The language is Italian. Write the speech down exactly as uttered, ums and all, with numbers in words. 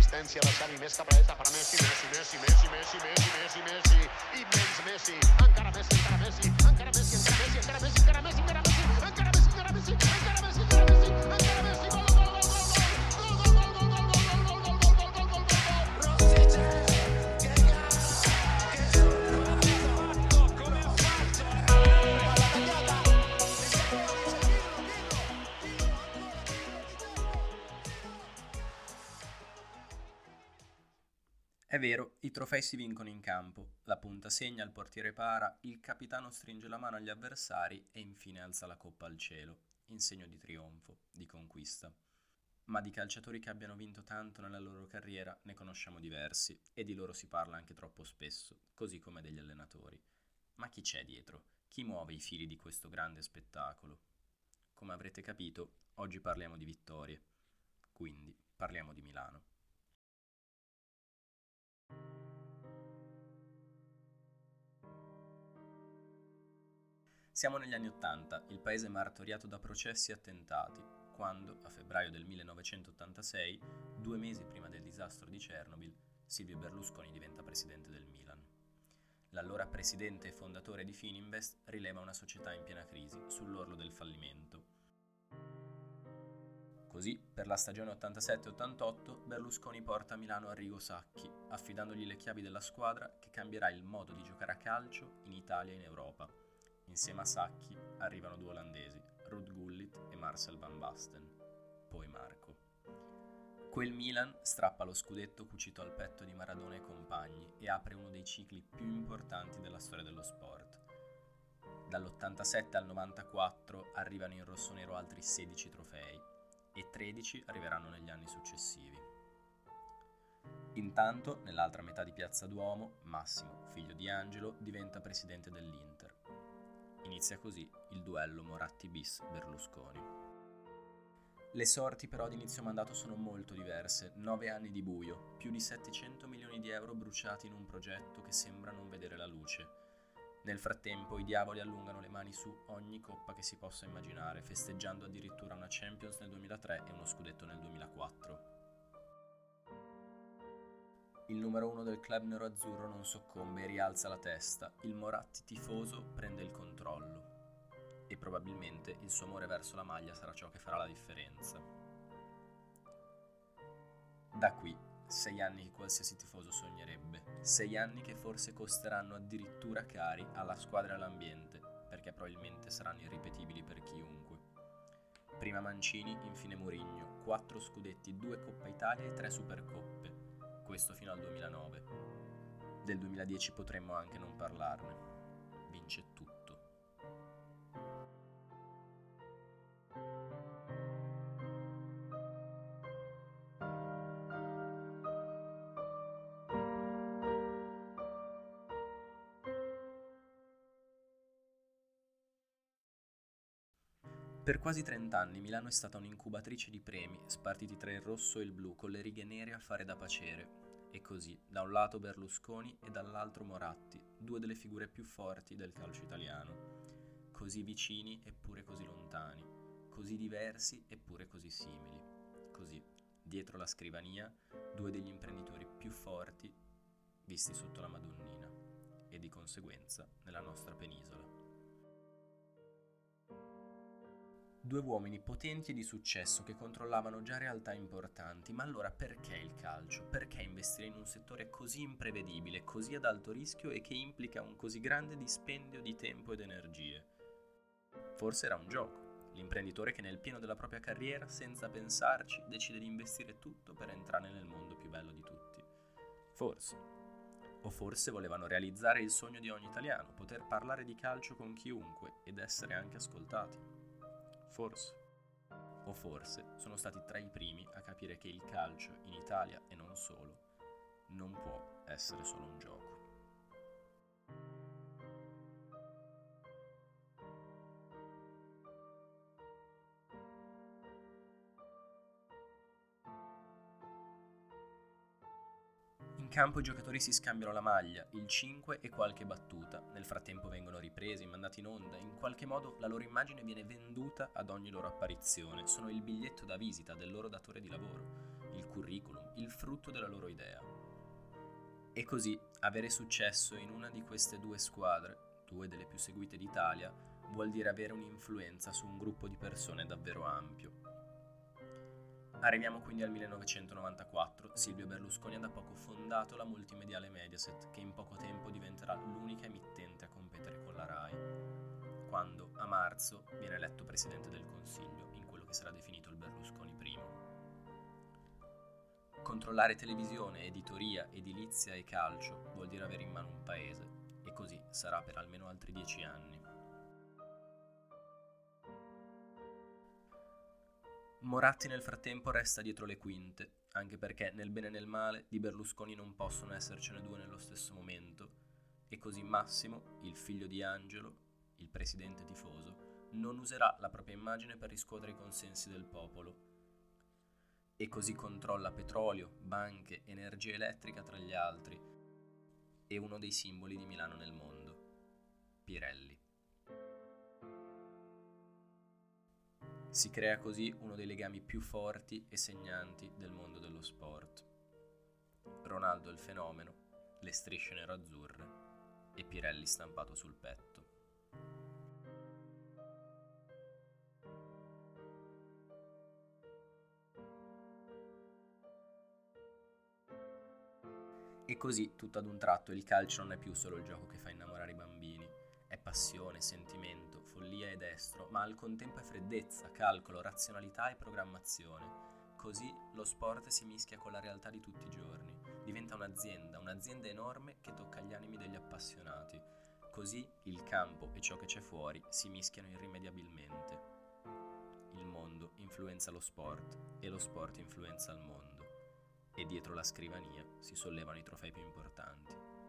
asistencia de Xavi, més cap a dreta per Messi, Messi, Messi, Messi, Messi, Messi, Messi, Messi, immens Messi, encara Messi, encara Messi, encara Messi, encara Messi, encara Messi, encara Messi, encara Messi, encara Messi, encara Messi, encara Messi, encara Messi, encara Messi, gol, gol, gol, gol, gol, gol, gol, gol, gol, gol, gol, gol, gol, gol, gol, gol, Rosice, che gara, che fatto, come ha fatto, palla tagliata. È vero, i trofei si vincono in campo, la punta segna, il portiere para, il capitano stringe la mano agli avversari e infine alza la coppa al cielo, in segno di trionfo, di conquista. Ma di calciatori che abbiano vinto tanto nella loro carriera ne conosciamo diversi e di loro si parla anche troppo spesso, così come degli allenatori. Ma chi c'è dietro? Chi muove i fili di questo grande spettacolo? Come avrete capito, oggi parliamo di vittorie, quindi parliamo di Milano. Siamo negli anni Ottanta, il paese martoriato da processi e attentati, quando, a febbraio del millenovecentottantasei, due mesi prima del disastro di Chernobyl, Silvio Berlusconi diventa presidente del Milan. L'allora presidente e fondatore di Fininvest rileva una società in piena crisi, sull'orlo del fallimento. Così, per la stagione ottantasette ottantotto, Berlusconi porta Milano a Arrigo Sacchi, affidandogli le chiavi della squadra che cambierà il modo di giocare a calcio in Italia e in Europa. Insieme a Sacchi arrivano due olandesi, Ruud Gullit e Marcel van Basten, poi Marco. Quel Milan strappa lo scudetto cucito al petto di Maradona e compagni e apre uno dei cicli più importanti della storia dello sport. Dall'ottantasette al novantaquattro arrivano in rossonero altri sedici trofei e tredici arriveranno negli anni successivi. Intanto, nell'altra metà di Piazza Duomo, Massimo, figlio di Angelo, diventa presidente dell'Inter. Inizia così il duello Moratti bis Berlusconi. Le sorti però di inizio mandato sono molto diverse, nove anni di buio, più di settecento milioni di euro bruciati in un progetto che sembra non vedere la luce. Nel frattempo i diavoli allungano le mani su ogni coppa che si possa immaginare, festeggiando addirittura una Champions nel duemilatré e uno scudetto nel duemilaquattro. Il numero uno del club nero-azzurro non soccombe e rialza la testa, il Moratti tifoso prende il controllo e probabilmente il suo amore verso la maglia sarà ciò che farà la differenza. Da qui, sei anni che qualsiasi tifoso sognerebbe, sei anni che forse costeranno addirittura cari alla squadra e all'ambiente, perché probabilmente saranno irripetibili per chiunque. Prima Mancini, infine Mourinho, quattro scudetti, due Coppa Italia e tre Supercoppe. Questo fino al duemilanove. Del duemiladieci potremmo anche non parlarne. Vince tutto. Per quasi trent'anni Milano è stata un'incubatrice di premi, spartiti tra il rosso e il blu, con le righe nere a fare da pacere. E così, da un lato Berlusconi e dall'altro Moratti, due delle figure più forti del calcio italiano. Così vicini eppure così lontani, così diversi eppure così simili. Così, dietro la scrivania, due degli imprenditori più forti visti sotto la Madonnina e di conseguenza nella nostra penisola. Due uomini potenti e di successo che controllavano già realtà importanti, ma allora perché il calcio? Perché investire in un settore così imprevedibile, così ad alto rischio e che implica un così grande dispendio di tempo ed energie? Forse era un gioco, l'imprenditore che nel pieno della propria carriera, senza pensarci, decide di investire tutto per entrare nel mondo più bello di tutti. Forse. O forse volevano realizzare il sogno di ogni italiano, poter parlare di calcio con chiunque ed essere anche ascoltati. Forse. O forse sono stati tra i primi a capire che il calcio, in Italia e non solo, non può essere solo un gioco. In campo i giocatori si scambiano la maglia, il cinque e qualche battuta. Nel frattempo vengono ripresi, mandati in onda. In qualche modo la loro immagine viene venduta ad ogni loro apparizione. Sono il biglietto da visita del loro datore di lavoro, il curriculum, il frutto della loro idea. E così avere successo in una di queste due squadre, due delle più seguite d'Italia, vuol dire avere un'influenza su un gruppo di persone davvero ampio. Arriviamo quindi al millenovecentonovantaquattro. Silvio Berlusconi ha da poco fondato la multimediale Mediaset, che in poco tempo diventerà l'unica emittente a competere con la Rai, quando a marzo viene eletto Presidente del Consiglio in quello che sarà definito il Berlusconi primo. Controllare televisione, editoria, edilizia e calcio vuol dire avere in mano un paese, e così sarà per almeno altri dieci anni. Moratti nel frattempo resta dietro le quinte, anche perché nel bene e nel male di Berlusconi non possono essercene due nello stesso momento, e così Massimo, il figlio di Angelo, il presidente tifoso, non userà la propria immagine per riscuotere i consensi del popolo, e così controlla petrolio, banche, energia elettrica tra gli altri, e uno dei simboli di Milano nel mondo, Pirelli. Si crea così uno dei legami più forti e segnanti del mondo dello sport. Ronaldo il fenomeno, le strisce nero-azzurre e Pirelli stampato sul petto. E così, tutto ad un tratto, il calcio non è più solo il gioco che fa innamorare i bambini. È passione, sentimento, follia e destro, ma al contempo è freddezza, calcolo, razionalità e programmazione. Così lo sport si mischia con la realtà di tutti i giorni. Diventa un'azienda, un'azienda enorme che tocca gli animi degli appassionati. Così il campo e ciò che c'è fuori si mischiano irrimediabilmente. Il mondo influenza lo sport e lo sport influenza il mondo. E dietro la scrivania si sollevano i trofei più importanti.